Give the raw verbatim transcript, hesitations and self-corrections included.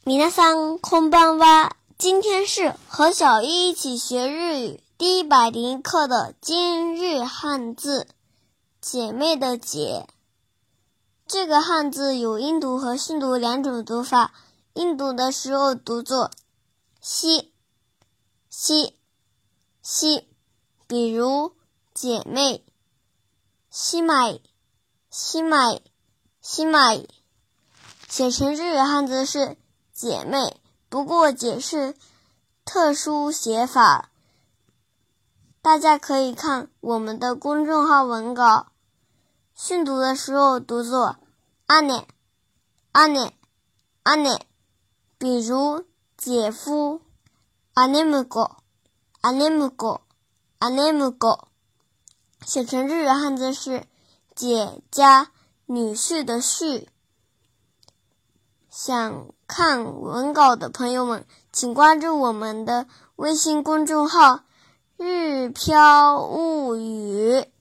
皆さんこんばんは。今天是和小一一起学日语第一百零一课的今日汉字，姐妹的姐。这个汉字有音读和训读两种读法，音读的时候读作西西西，比如姐妹西买西买西买，写成日语汉字是姐妹，不过姐是特殊写法，大家可以看我们的公众号文稿。训读的时候读作姉姉姉，比如姐夫姉婿姉婿姉婿，写成日语汉字是姐加女婿的婿。想看文稿的朋友们，请关注我们的微信公众号日飘物语。